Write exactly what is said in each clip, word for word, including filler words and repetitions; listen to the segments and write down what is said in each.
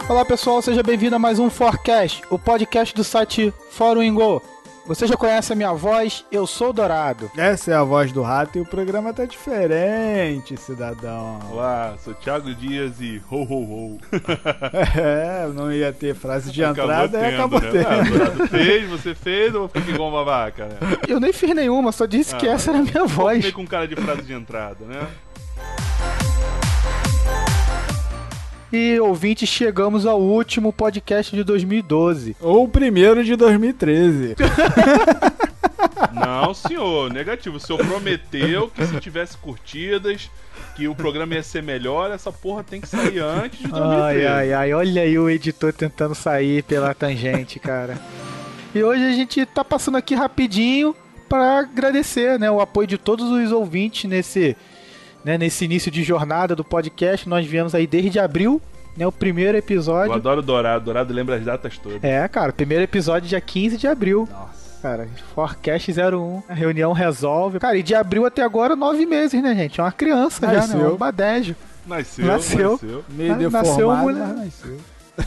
Olá pessoal, seja bem-vindo a mais um Forecast, o podcast do site Fórum Ingo. Você já conhece a minha voz, eu sou o Dourado. Essa é a voz do rato e o programa tá diferente, cidadão. Olá, sou Thiago Dias e ho ho ho. É, não ia ter frase de acabou entrada tendo, e acabou né? tendo. Ah, o Dourado fez, você fez ou fica igual um babaca, né? Eu nem fiz nenhuma, só disse Ah, que essa era a minha voz. Fiquei com cara de frase de entrada, né? E, ouvintes, chegamos ao último podcast de dois mil e doze. Ou o primeiro de dois mil e treze. Não, senhor, negativo. O senhor prometeu que se tivesse curtidas, que o programa ia ser melhor, essa porra tem que sair antes de dois mil e treze. Ai, ai, ai, olha aí o editor tentando sair pela tangente, cara. E hoje a gente tá passando aqui rapidinho para agradecer, né, o apoio de todos os ouvintes nesse... Né, nesse início de jornada do podcast. Nós viemos aí desde abril, né, o primeiro episódio. Eu adoro o Dourado, Dourado lembra as datas todas. É, cara, primeiro episódio dia quinze de abril. Nossa. Cara, Forecast zero um, a reunião resolve. Cara, e de abril até agora, nove meses, né, gente? É uma criança Nasceu. já, né? Um badejo. Nasceu, Nasceu. nasceu. Meio Ah, deformado, nasceu uma mulher. mas nasceu.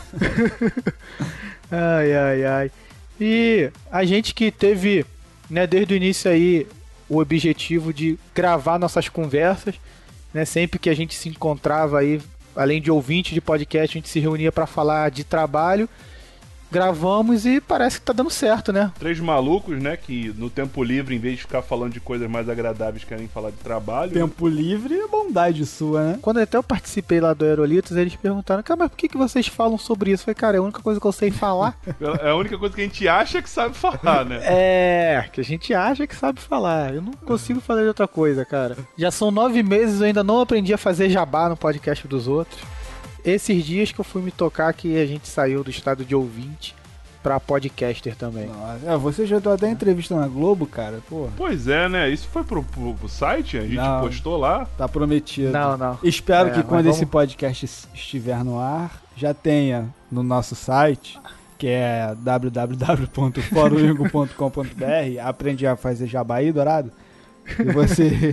Ai, ai, ai. E a gente que teve, né, desde o início aí, o objetivo de gravar nossas conversas, né? Sempre que a gente se encontrava aí, além de ouvinte de podcast, a gente se reunia para falar de trabalho. Gravamos e parece que tá dando certo, né? Três malucos, né, que no tempo livre, em vez de ficar falando de coisas mais agradáveis, querem falar de trabalho. Tempo livre é bondade sua, né? Quando até eu participei lá do Aerolitos, eles perguntaram, cara, mas por que, que vocês falam sobre isso? Eu falei, cara, é a única coisa que eu sei falar. É a única coisa que a gente acha que sabe falar, né? É, que a gente acha que sabe falar. Eu não consigo fazer de outra coisa, cara. Já são nove meses, eu ainda não aprendi a fazer jabá no podcast dos outros. Esses dias que eu fui me tocar que a gente saiu do estado de ouvinte pra podcaster também. Nossa, você já deu até entrevista na Globo, cara? Porra, Pois é, né? Isso foi pro, pro, pro site? A gente Não. postou lá. tá prometido. Não, não. Espero É, que mas quando vamos- esse podcast estiver no ar, já tenha no nosso site, que é w w w ponto foruingo ponto com ponto b r. Aprendi a fazer jabá aí, Dourado. E você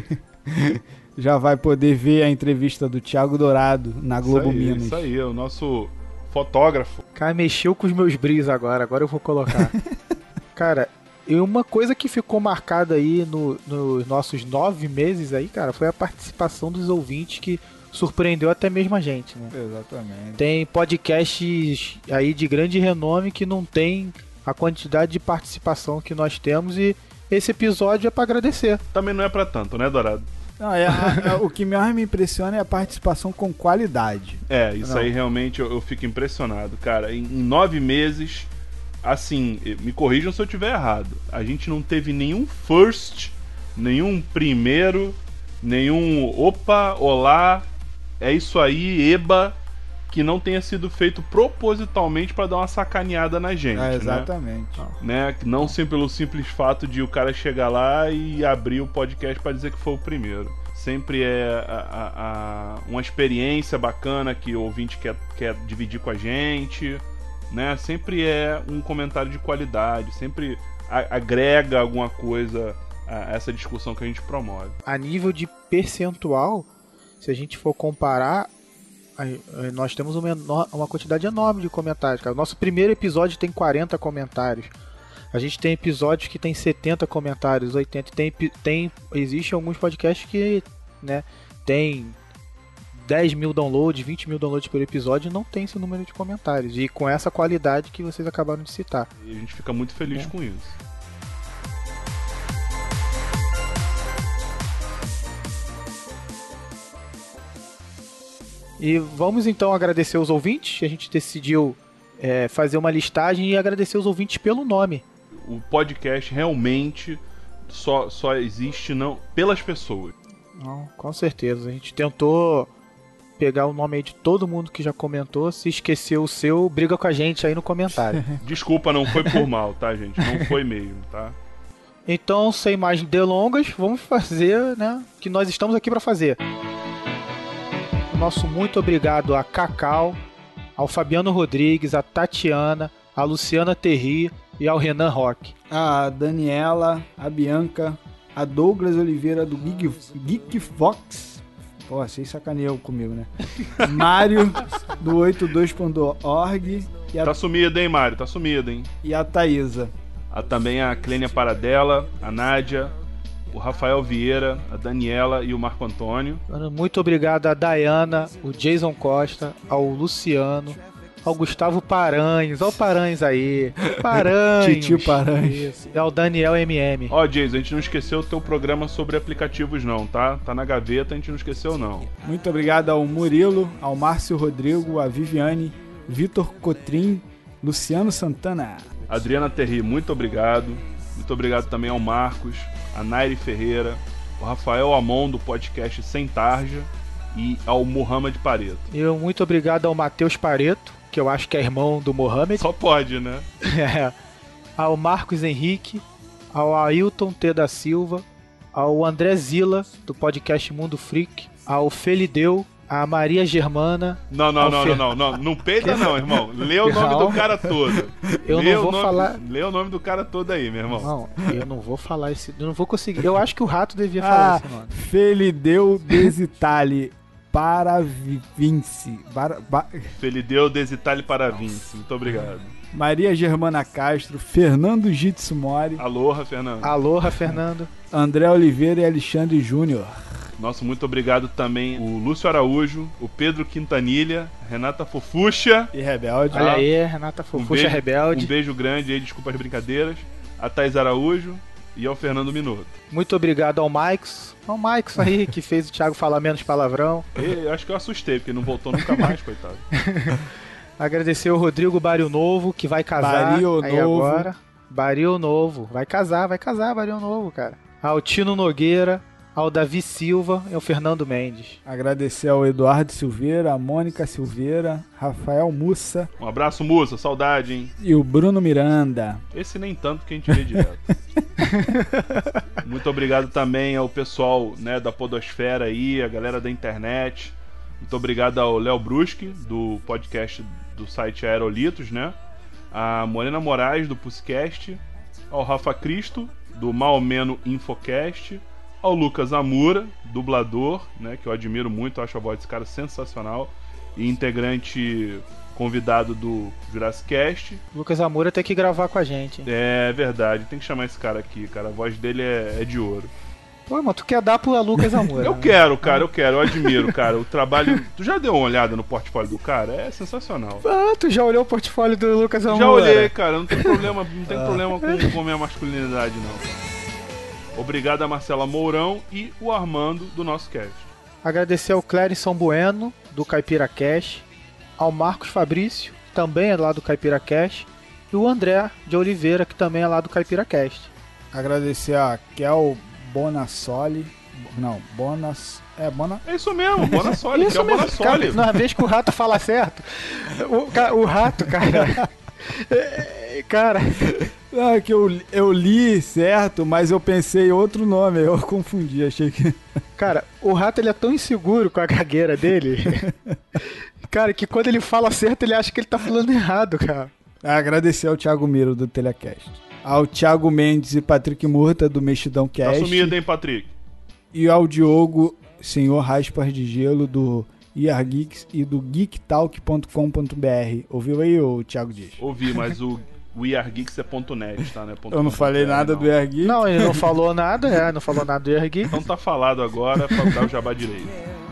já vai poder ver a entrevista do Thiago Dourado na Globo isso aí, Minas. Isso aí, é o nosso fotógrafo. Cara, mexeu com os meus brilhos agora, agora eu vou colocar. Cara, e uma coisa que ficou marcada aí no- nos nossos nove meses aí, cara, foi a participação dos ouvintes que surpreendeu até mesmo a gente, né? Exatamente. Tem podcasts aí de grande renome que não tem a quantidade de participação que nós temos e esse episódio é pra agradecer. Também não é pra tanto, né, Dourado? Não, é, é- o que mais me impressiona é a participação com qualidade. É, isso Não. aí realmente eu, eu fico impressionado, cara. Em, em nove meses, assim, me corrijam se eu tiver errado. A gente não teve nenhum first, nenhum primeiro, nenhum opa, olá, é isso aí, eba, que não tenha sido feito propositalmente pra dar uma sacaneada na gente, É, né? exatamente. né? Não sempre pelo simples fato de o cara chegar lá e abrir o podcast pra dizer que foi o primeiro. Sempre é a- a- a- uma experiência bacana que o ouvinte quer, quer dividir com a gente, né? Sempre é um comentário de qualidade, sempre a- agrega alguma coisa a essa discussão que a gente promove. A nível de percentual, se a gente for comparar, a- a- nós temos uma, eno- uma quantidade enorme de comentários, cara. O nosso primeiro episódio tem quarenta comentários. A gente tem episódios que tem setenta comentários, oitenta. Tem, epi- tem, existem alguns podcasts que, né, tem dez mil downloads, vinte mil downloads por episódio e não tem esse número de comentários. E com essa qualidade que vocês acabaram de citar. E a gente fica muito feliz É. com isso. E vamos então agradecer os ouvintes. A gente decidiu é, fazer uma listagem e agradecer os ouvintes pelo nome. O podcast realmente só, só existe não pelas pessoas. Não, com certeza. A gente tentou pegar o nome aí de todo mundo que já comentou. Se esqueceu o seu, briga com a gente aí no comentário. Desculpa, não foi por mal, tá, gente? Não foi mesmo, tá? Então, sem mais delongas, vamos fazer, né, o que nós estamos aqui para fazer. Nosso muito obrigado a Cacau, ao Fabiano Rodrigues, a Tatiana, a Luciana Terri e ao Renan Roque. A Daniela, a Bianca, a Douglas Oliveira do Geek, Geek Fox. Pô, vocês sacaneiam comigo, né? Mário, do oitenta e dois ponto org. E a, Tá sumido, hein, Mário? Tá sumido, hein? e a Thaísa. Há também a Clênia Paradela, a Nádia, o Rafael Vieira, a Daniela e o Marco Antônio. Muito obrigado a Dayana, o Jason Costa, ao Luciano, ao Gustavo Paranhos. Olha o Paranhos aí. Paranhos. Titio Paranhos. Isso. E ao Daniel M M. Ó, Jason, a gente não esqueceu o teu programa sobre aplicativos não, tá? Tá na gaveta, a gente não esqueceu não. Muito obrigado ao Murilo, ao Márcio Rodrigo, a Viviane, Vitor Cotrim, Luciano Santana. Adriana Terri, muito obrigado. Muito obrigado também ao Marcos, a Nairi Ferreira, o Rafael Amon do podcast Sem Tarja e ao Mohamed Pareto. E eu muito obrigado ao Matheus Pareto, que eu acho que é irmão do Mohamed. Só pode, né? É. Ao Marcos Henrique, ao Ailton T. da Silva, ao André Zila, do podcast Mundo Freak, ao Felideu, a Maria Germana. Não, não, ao não, Fer... não, não, não. Não peida não, irmão. Lê o nome Não. do cara todo. Eu Lê não o vou nome- falar. Lê o nome do cara todo aí, meu irmão. Não, eu não vou falar esse. Eu não vou conseguir. Eu acho que o rato devia falar Ah, esse nome. Felideu Desitali Paravinci. Bara- ba- Felideu Desitale para Vince. Muito obrigado. Maria Germana Castro, Fernando Jitsumori, Aloha, Fernando. Aloha, Fernando. André Oliveira e Alexandre Júnior. Nosso muito obrigado também o Lúcio Araújo, o Pedro Quintanilha, Renata Fofuxa. E Rebelde. Olha Ah, aí, Renata Um Fofuxa beijo, Rebelde. um beijo grande aí, desculpa as brincadeiras. A Thais Araújo e ao Fernando Minuto. Muito obrigado ao Maicos. Ao Maicos aí, que fez o Thiago falar menos palavrão. E, acho que eu assustei, porque não voltou nunca mais, coitado. Agradecer ao Rodrigo Baril Novo, que vai casar Baril aí Novo. agora. Baril Novo. Vai casar, vai casar, Baril Novo, cara. Ao Tino Nogueira, ao Davi Silva e ao Fernando Mendes. Agradecer ao Eduardo Silveira, a Mônica Silveira, Rafael Mussa Um abraço, Musa, saudade, hein? e o Bruno Miranda. Esse nem tanto que a gente vê direto. Muito obrigado também ao pessoal, né, da podosfera aí, a galera da internet. Muito obrigado ao Léo Bruschi, do podcast do site Aerolitos, né? A Morena Moraes, do Puscast. Ao Rafa Cristo, do Maomeno Infocast. Ao Lucas Amura, dublador, né, que eu admiro muito, eu acho a voz desse cara sensacional. E integrante convidado do Jurassic Cast. Lucas Amura tem que gravar com a gente. hein? É verdade, tem que chamar esse cara aqui, cara. A voz dele é, é de ouro. Pô, mas tu quer dar pro Lucas Amura. Eu né? quero, cara, eu quero, eu admiro, cara. O trabalho. Tu já deu uma olhada no portfólio do cara? É sensacional. Ah, tu já olhou o portfólio do Lucas Amura? Já olhei, cara, não tem problema, não tem problema com, com a minha masculinidade, não, cara. Obrigado a Marcela Mourão e o Armando do nosso cast. Agradecer ao Clérison Bueno, do Caipira Cash, ao Marcos Fabrício, também é lá do Caipira Cash, e o André de Oliveira, que também é lá do Caipira Cast. Agradecer a Kel Bonassoli. Não, Bonas. É, Bona. É isso mesmo, Bona Soli, que é o Bona cara, Soli. na vez que o rato fala certo, o, ca- o rato, cara... é, cara... Ah, que eu, eu li certo, mas eu pensei outro nome, eu confundi, achei que. Cara, o rato ele é tão inseguro com a gagueira dele, cara, que quando ele fala certo, ele acha que ele tá falando errado, cara. Agradecer ao Thiago Miro do Telecast. Ao Thiago Mendes e Patrick Murta do Mexidão Tá Cast. sumido, hein, Patrick? E ao Diogo, senhor Raspas de Gelo do I R Geeks e do geektalk ponto com ponto b r. Ouviu aí, ô Thiago Dias? Ouvi, mas o, o iargeeks é ponto net, tá, né? Ponto Eu não com, falei ponto br, nada não. do I R Geeks. Não, ele não falou nada, é, não falou nada do Ergui. Então tá falado agora pra dar o jabá direito.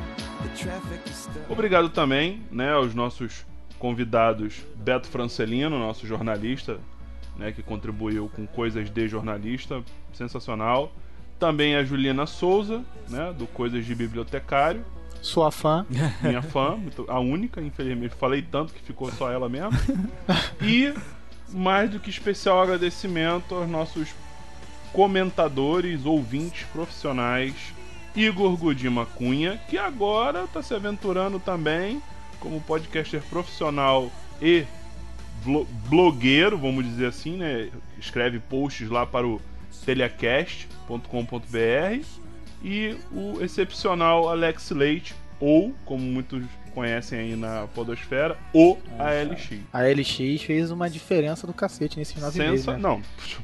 Obrigado também, né, aos nossos convidados Beto Francelino, nosso jornalista, né, que contribuiu com coisas de jornalista, sensacional. Também a Juliana Souza, né, do Coisas de Bibliotecário, Sua fã. minha fã, muito- a única, infelizmente, falei tanto que ficou só ela mesmo. E mais do que especial agradecimento aos nossos comentadores, ouvintes profissionais, Igor Godima Cunha, que agora está se aventurando também como podcaster profissional e blo- blogueiro, vamos dizer assim, né? Escreve posts lá para o telecast ponto com ponto b r, e o excepcional Alex Leite, ou, como muitos conhecem aí na podosfera, o A L X. A L X fez uma diferença do cacete nesses nove meses, Sensa... né? Não,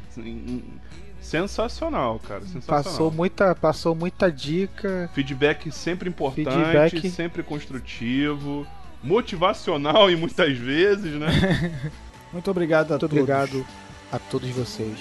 sensacional, cara, sensacional. Passou muita, passou muita dica. Feedback sempre importante, Feedback. sempre construtivo. motivacional e muitas vezes, né? Muito obrigado a Muito todos. obrigado a todos vocês.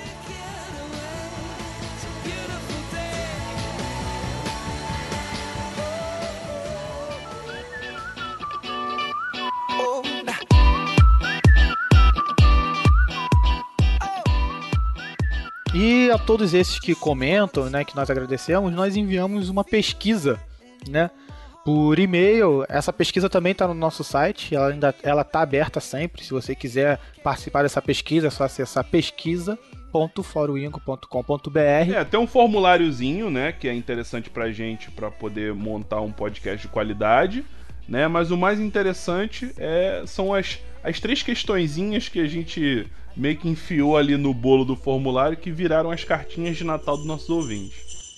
E a todos esses que comentam, né, que nós agradecemos, nós enviamos uma pesquisa, né, por e-mail. Essa pesquisa também está no nosso site, ela ainda ela está aberta sempre. Se você quiser participar dessa pesquisa, é só acessar pesquisa ponto foroingo ponto com ponto b r. É, tem um formuláriozinho, né, que é interessante pra gente para poder montar um podcast de qualidade, né, mas o mais interessante é, são as, as três questõezinhas que a gente meio que enfiou ali no bolo do formulário, que viraram as cartinhas de Natal dos nossos ouvintes.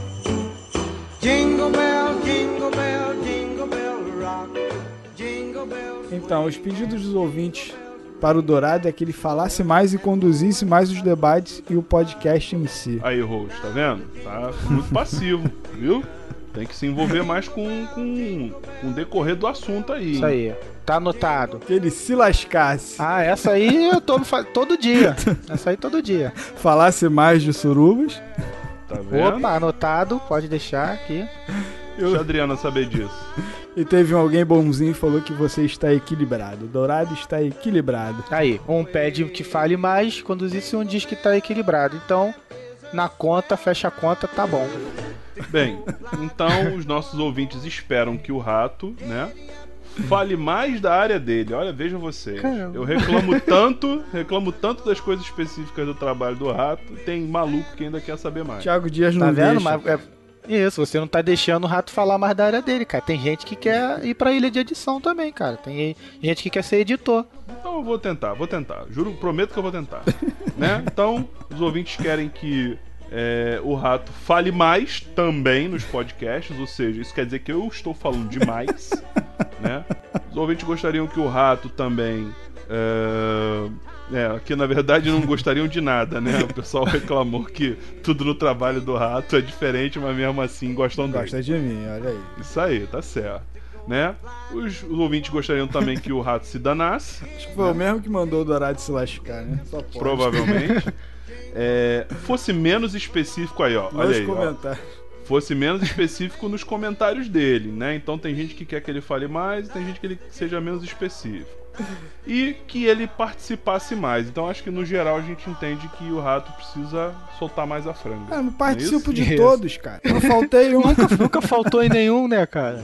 Jingle bell, jingle bell, jingle bell rock. Jingle bell. Então, os pedidos dos ouvintes para o Dourado é que ele falasse mais e conduzisse mais os debates e o podcast em si. Aí, Rose, tá vendo? Tá muito passivo, viu? Tem que se envolver mais com, com, com o decorrer do assunto aí. Isso aí, tá anotado. Que ele se lascasse. Ah, essa aí eu tô fa- todo dia. Essa aí todo dia. Falasse mais de surubas. Tá vendo? Opa, anotado, pode deixar aqui. Deixa a Adriana saber disso. E teve um alguém bonzinho que falou que você está equilibrado. Dourado está equilibrado. Aí, um pede que fale mais, conduzisse um diz que tá equilibrado. Então, na conta, fecha a conta, tá bom. Bem, então os nossos ouvintes esperam que o Rato, né, fale mais da área dele. Olha, vejam vocês. Caramba. Eu reclamo tanto, reclamo tanto das coisas específicas do trabalho do Rato. Tem maluco que ainda quer saber mais. Thiago Dias não Tá vendo? deixa. Mas é isso, você não tá deixando o Rato falar mais da área dele, cara. Tem gente que quer ir pra ilha de edição também, cara. Tem gente que quer ser editor. Então eu vou tentar, vou tentar. Juro, prometo que eu vou tentar. Né? Então, os ouvintes querem que é, o Rato fale mais também nos podcasts, ou seja, isso quer dizer que eu estou falando demais. Né? Os ouvintes gostariam que o Rato também... É, é, que na verdade não gostariam de nada, né? O pessoal reclamou que tudo no trabalho do Rato é diferente, mas mesmo assim gostam dele. Gosta de mim, olha aí. Isso aí, tá certo. Né? Os, os ouvintes gostariam também que o Rato se danasse, Acho que foi o mesmo que mandou o Dourado se lascar, né? Só pode. provavelmente. É, fosse menos específico aí, ó. Olha Nos aí, ó. comentários. Fosse menos específico nos comentários dele, né? Então tem gente que quer que ele fale mais e tem gente que ele seja menos específico. E que ele participasse mais. Então acho que no geral a gente entende que o Rato precisa soltar mais a franga. Eu não participo é de Isso. todos, cara. Não faltei um. Nunca, nunca faltou em nenhum, né, cara?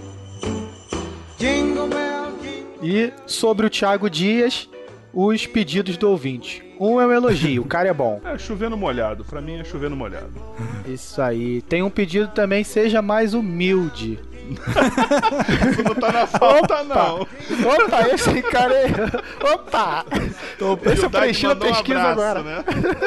Jingle bell, jingle. E sobre o Thiago Dias, os pedidos do ouvinte. Um é um elogio, o cara é bom. É, chovendo molhado. Pra mim é chovendo molhado. Isso aí. Tem um pedido também, seja mais humilde. Isso não tá na falta, não. Opa, esse cara aí. Opa! Tô Humildade preenchendo a mandou um pesquisa abraço, agora. né?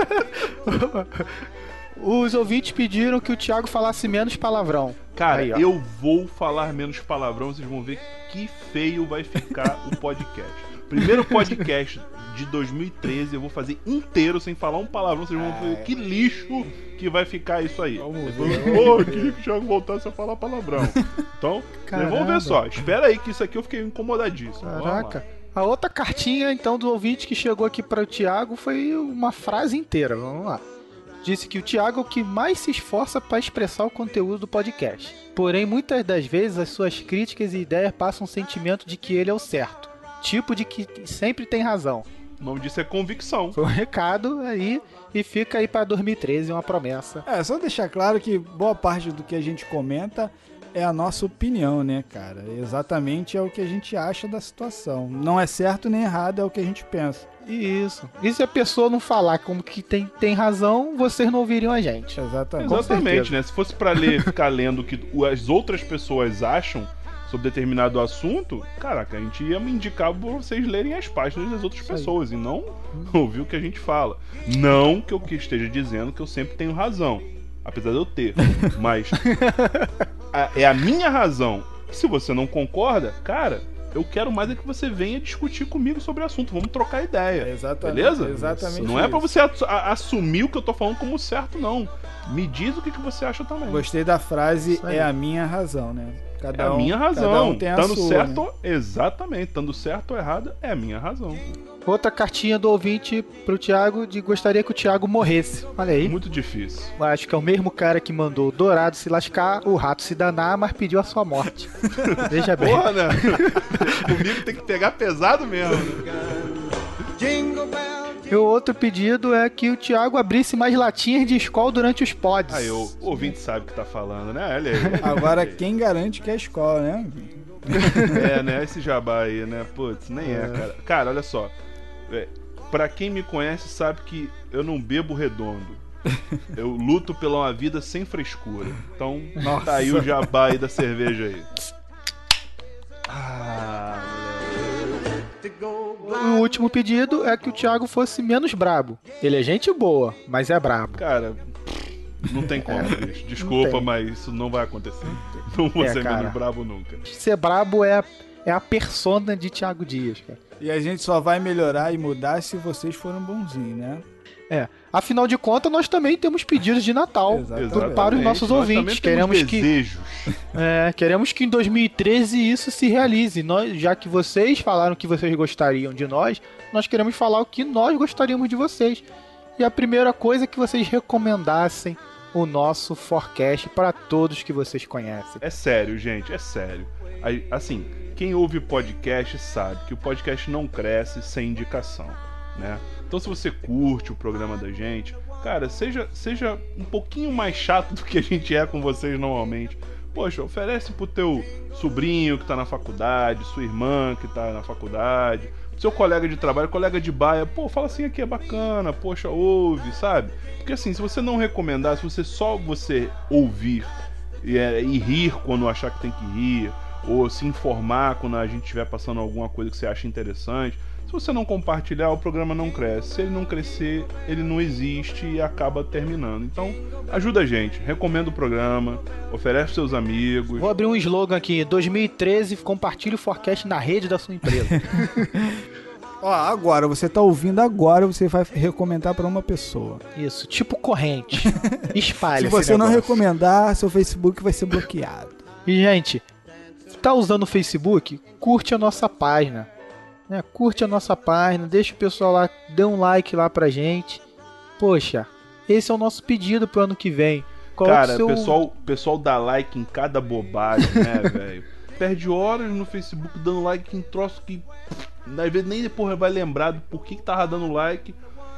Os ouvintes pediram que o Thiago falasse menos palavrão. Cara, Aí, ó. eu vou falar menos palavrão, vocês vão ver que feio vai ficar o podcast. Primeiro podcast de dois mil e treze, eu vou fazer inteiro sem falar um palavrão, vocês vão ver que lixo que vai ficar isso aí. Vamos Pô, ver. eu queria que o Thiago voltasse a falar palavrão. Então, vocês vão ver Caramba. só. Espera aí que isso aqui eu fiquei incomodadíssimo. Vamos lá. Caraca. A outra cartinha, então, do ouvinte que chegou aqui para o Thiago foi uma frase inteira. Vamos lá. Disse que o Thiago é o que mais se esforça para expressar o conteúdo do podcast. Porém, muitas das vezes, as suas críticas e ideias passam um sentimento de que ele é o certo. Tipo de que sempre tem razão. O nome disso é convicção. Foi um recado aí e fica aí para dois mil e treze uma promessa. É, só deixar claro que boa parte do que a gente comenta é a nossa opinião, né, cara? Exatamente é o que a gente acha da situação. Não é certo nem errado, é o que a gente pensa. Isso. E se a pessoa não falar como que tem, tem razão, vocês não ouviriam a gente. Exatamente. Com Exatamente, certeza. né? Se fosse pra ler, ficar lendo o que as outras pessoas acham sobre determinado assunto, caraca, a gente ia me indicar pra vocês lerem as páginas das outras Isso aí. pessoas e não ouvir o que a gente fala. Não que eu que esteja dizendo que eu sempre tenho razão, apesar de eu ter, mas a- é a minha razão. Se você não concorda, cara, eu quero mais é que você venha discutir comigo sobre o assunto, vamos trocar ideia. É exatamente. Beleza? Exatamente. Não é pra isso. você a- a- assumir o que eu tô falando como certo, não. Me diz o que, que você acha também. Gostei da frase, Isso aí. é a minha razão, né? Cada é a um- minha razão. cada um tem a Tando sua, certo, né? exatamente. Tando certo ou errado, é a minha razão. Outra cartinha do ouvinte pro Thiago de gostaria que o Thiago morresse. Olha aí. Muito difícil. Acho que é o mesmo cara que mandou o Dourado se lascar, o rato se danar, mas pediu a sua morte. Veja bem. Porra, né? Comigo tem que pegar pesado mesmo. Jingle bell, E o outro pedido é que o Thiago abrisse mais latinhas de Skol durante os pods. Aí o ouvinte sabe o que tá falando, né? Olha aí. Agora, quem garante que é escola, né? É, né? Esse jabá aí, né? Putz, nem é, cara. Cara, olha só. É, pra quem me conhece sabe que eu não bebo redondo. Eu luto pela uma vida sem frescura. Então, Nossa. tá aí o jabá aí da cerveja aí. Ah, to go O blind. último pedido é que o Thiago fosse menos brabo. Ele é gente boa, mas é brabo. cara, não tem como, bicho. Desculpa, tem. mas isso não vai acontecer. Não vou É, ser cara. menos bravo nunca. Ser brabo é, é a persona de Thiago Dias, cara. E a gente só vai melhorar e mudar se vocês forem bonzinhos, né? É. Afinal de contas, nós também temos pedidos de Natal Exatamente. para os nossos Nós ouvintes. também temos Queremos que, desejos. é, queremos que em dois mil e treze isso se realize. Nós, já que vocês falaram que vocês gostariam de nós, nós queremos falar o que nós gostaríamos de vocês. E a primeira coisa é que vocês recomendassem o nosso forecast para todos que vocês conhecem. É sério, gente, é sério. Aí, assim, quem ouve podcast sabe que o podcast não cresce sem indicação, né? Então se você curte o programa da gente, cara, seja, seja um pouquinho mais chato do que a gente é com vocês normalmente. Poxa, oferece pro teu sobrinho que tá na faculdade, sua irmã que tá na faculdade, seu colega de trabalho, colega de baia, pô, fala assim, aqui é bacana, poxa, ouve, sabe? Porque assim, se você não recomendar, se você só você ouvir e, é, e rir quando achar que tem que rir, ou se informar quando a gente estiver passando alguma coisa que você acha interessante, se você não compartilhar, o programa não cresce. Se ele não crescer, ele não existe e acaba terminando. Então, ajuda a gente, recomenda o programa, oferece pros seus amigos. Vou abrir um slogan aqui. dois mil e treze, compartilhe o forecast na rede da sua empresa. Ó, agora, você tá ouvindo agora, você vai recomendar pra uma pessoa. Isso, tipo corrente. Espalhe Se esse você não negócio. recomendar, seu Facebook vai ser bloqueado. E, gente, tá usando o Facebook? Curte a nossa página. Né? Curte a nossa página, deixa o pessoal lá, dê um like lá pra gente. Poxa, esse é o nosso pedido pro ano que vem. Coloque Cara, seu... pessoal, pessoal dá like em cada bobagem, né, velho? Perde horas no Facebook dando like em troço que às vezes nem depois vai lembrar do porquê que tava dando like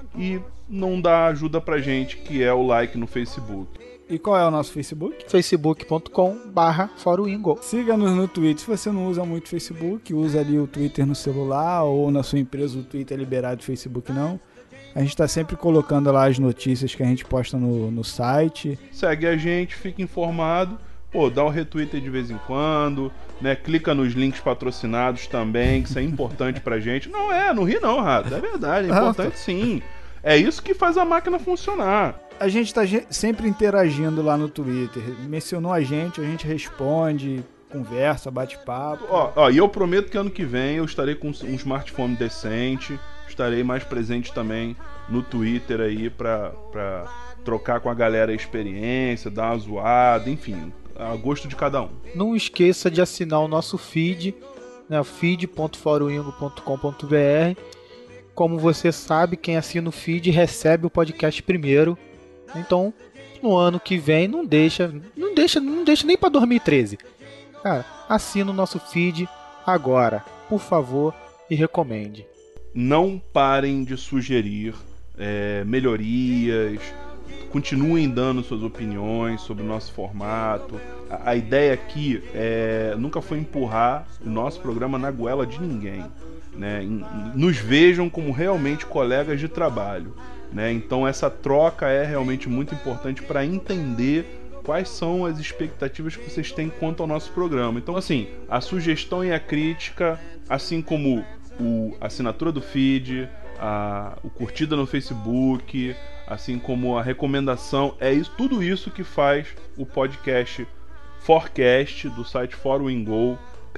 e não dá ajuda pra gente, que é o like no Facebook. E qual é o nosso Facebook? facebook ponto com barra Foruingo. Siga-nos no Twitter. Se você não usa muito Facebook, usa ali o Twitter no celular ou na sua empresa o Twitter é liberado, o Facebook não. A gente tá sempre colocando lá as notícias que a gente posta no, no site. Segue a gente, fica informado. Pô, dá um retweet aí de vez em quando, né? Clica nos links patrocinados também, que isso é importante pra gente. Não é, não ri não, Rato. É verdade, é importante sim. É isso que faz a máquina funcionar. A gente tá ge- sempre interagindo lá no Twitter. Mencionou a gente, a gente responde, conversa, bate papo. Ó, ó, e eu prometo que ano que vem eu estarei com um smartphone decente, estarei mais presente também no Twitter aí pra, pra trocar com a galera a experiência, dar uma zoada, enfim, a gosto de cada um. Não esqueça de assinar o nosso feed, né, feed ponto foruingo ponto com ponto br. Como você sabe, quem assina o feed recebe o podcast primeiro. Então, no ano que vem, não deixa, não deixa, não deixa nem para dois mil e treze. Cara, assina o nosso feed agora, por favor, e recomende. Não parem de sugerir é, melhorias, continuem dando suas opiniões sobre o nosso formato. A, a ideia aqui é, nunca foi empurrar o nosso programa na goela de ninguém. Né? Em- em- Nos vejam como realmente colegas de trabalho. Né? Então essa troca é realmente muito importante para entender quais são as expectativas que vocês têm quanto ao nosso programa. Então assim, a sugestão e a crítica, assim como o, a assinatura do feed, a, o curtida no Facebook, assim como a recomendação, é isso, tudo isso que faz o podcast Forecast do site Foruingo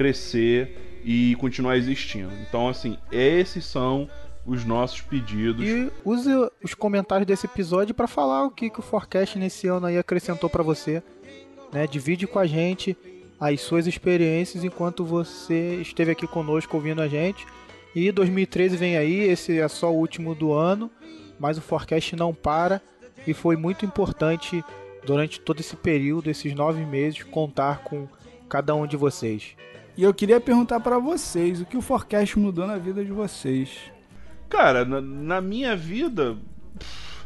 crescer e continuar existindo. Então assim, esses são os nossos pedidos. E use os comentários desse episódio para falar o que, que o Forecast nesse ano aí acrescentou para você. Né? Divide com a gente as suas experiências enquanto você esteve aqui conosco ouvindo a gente. E dois mil e treze vem aí, esse é só o último do ano, mas o Forecast não para e foi muito importante durante todo esse período, esses nove meses, contar com cada um de vocês. E eu queria perguntar pra vocês, o que o Forecast mudou na vida de vocês? Cara, na, na minha vida pff,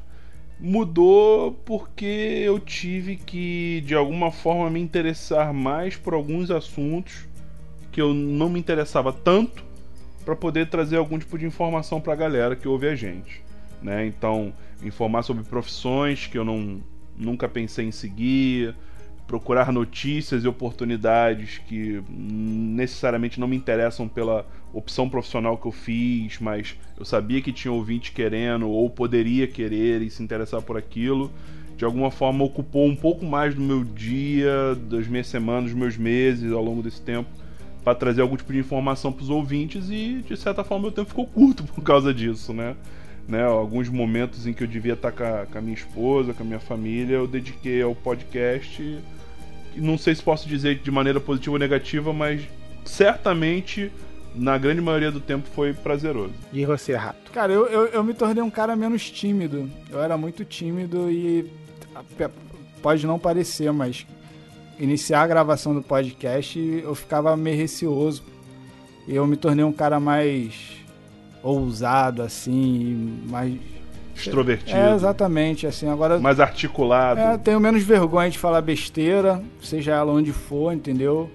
mudou porque eu tive que, de alguma forma, me interessar mais por alguns assuntos que eu não me interessava tanto, para poder trazer algum tipo de informação pra galera que ouve a gente, né? Então, informar sobre profissões que eu não, nunca pensei em seguir, procurar notícias e oportunidades que necessariamente não me interessam pela opção profissional que eu fiz, mas eu sabia que tinha ouvinte querendo ou poderia querer e se interessar por aquilo. De alguma forma ocupou um pouco mais do meu dia, das minhas semanas, dos meus meses ao longo desse tempo, para trazer algum tipo de informação para os ouvintes, e de certa forma meu tempo ficou curto por causa disso, né? né? Alguns momentos em que eu devia estar com a, com a minha esposa, com a minha família, eu dediquei ao podcast, e não sei se posso dizer de maneira positiva ou negativa, mas certamente na grande maioria do tempo foi prazeroso. E você, Rato? Cara, eu, eu, eu me tornei um cara menos tímido. Eu era muito tímido e pode não parecer, mas iniciar a gravação do podcast eu ficava meio receoso. E eu me tornei um cara mais ousado, assim, mais extrovertido. É, exatamente, assim, agora... mais articulado. É, tenho menos vergonha de falar besteira, seja ela onde for, entendeu?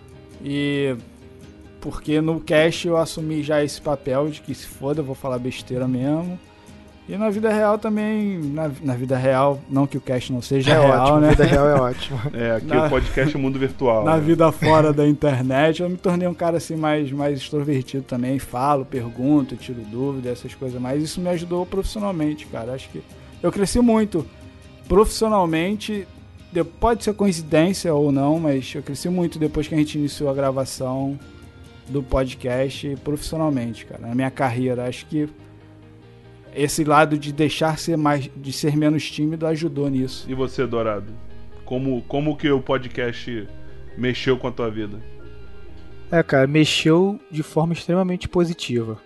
E... porque no cast eu assumi já esse papel de que se foda, eu vou falar besteira mesmo. E na vida real também, na, na vida real, não que o cast não seja é real, ótimo, né? Na vida real é ótimo. É, aqui Na- o podcast é mundo virtual. Na né? vida fora da internet, eu me tornei um cara assim mais, mais extrovertido também. Falo, pergunto, tiro dúvida, essas coisas mais. Isso me ajudou profissionalmente, cara. Acho que eu cresci muito profissionalmente. de- Pode ser coincidência ou não, mas eu cresci muito depois que a gente iniciou a gravação do podcast profissionalmente, cara. Na minha carreira, acho que esse lado de deixar ser mais, de ser menos tímido ajudou nisso. E você, Dourado? Como, como que o podcast mexeu com a tua vida? É, cara, mexeu de forma extremamente positiva.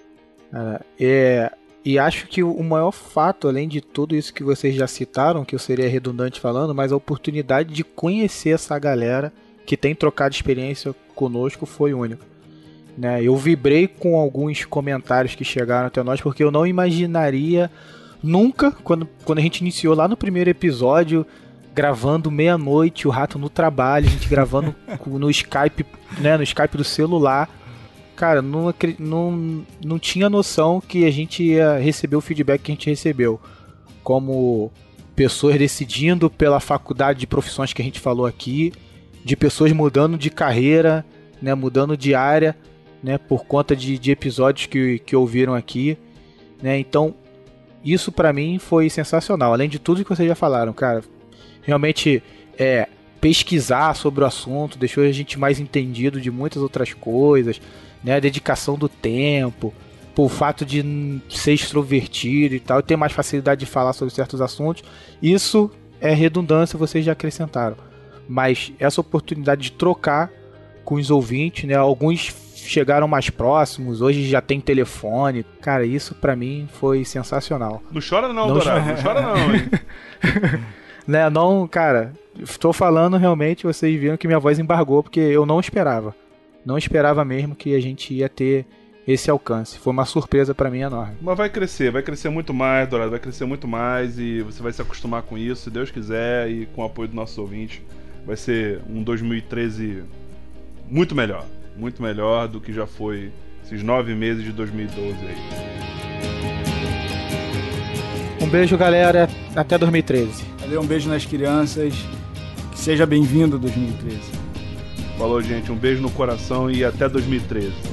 É, é, e acho que o maior fato, além de tudo isso que vocês já citaram, que eu seria redundante falando, mas a oportunidade de conhecer essa galera que tem trocado experiência conosco foi única. Né? Eu vibrei com alguns comentários que chegaram até nós, porque eu não imaginaria nunca, quando, quando a gente iniciou lá no primeiro episódio, gravando meia-noite, o Rato no trabalho, a gente gravando no Skype, né, no Skype do celular. Cara, não, acre- não, não tinha noção que a gente ia receber o feedback que a gente recebeu. Como pessoas decidindo pela faculdade de profissões que a gente falou aqui, de pessoas mudando de carreira, né, mudando de área, né, por conta de, de episódios que, que ouviram aqui, né? Então, isso pra mim foi sensacional. Além de tudo que vocês já falaram, cara, realmente é, pesquisar sobre o assunto deixou a gente mais entendido de muitas outras coisas, né? A dedicação do tempo, por fato de n- ser extrovertido e tal, e ter mais facilidade de falar sobre certos assuntos. Isso é redundância, vocês já acrescentaram. Mas essa oportunidade de trocar com os ouvintes, né? Alguns chegaram mais próximos, hoje já tem telefone. Cara, isso pra mim foi sensacional. Não chora não, Não Dourado. Não chora não, hein? Né, não, cara, estou falando realmente, vocês viram que minha voz embargou, porque eu não esperava. Não esperava mesmo que a gente ia ter esse alcance. Foi uma surpresa pra mim enorme. Mas vai crescer, vai crescer muito mais, Dourado, vai crescer muito mais, e você vai se acostumar com isso, se Deus quiser, e com o apoio dos nossos ouvintes. Vai ser um dois mil e treze muito melhor. Muito melhor do que já foi esses nove meses de dois mil e doze aí. Um beijo, galera. Até dois mil e treze. Valeu, um beijo nas crianças. Que seja bem-vindo dois mil e treze. Falou, gente. Um beijo no coração e até dois mil e treze.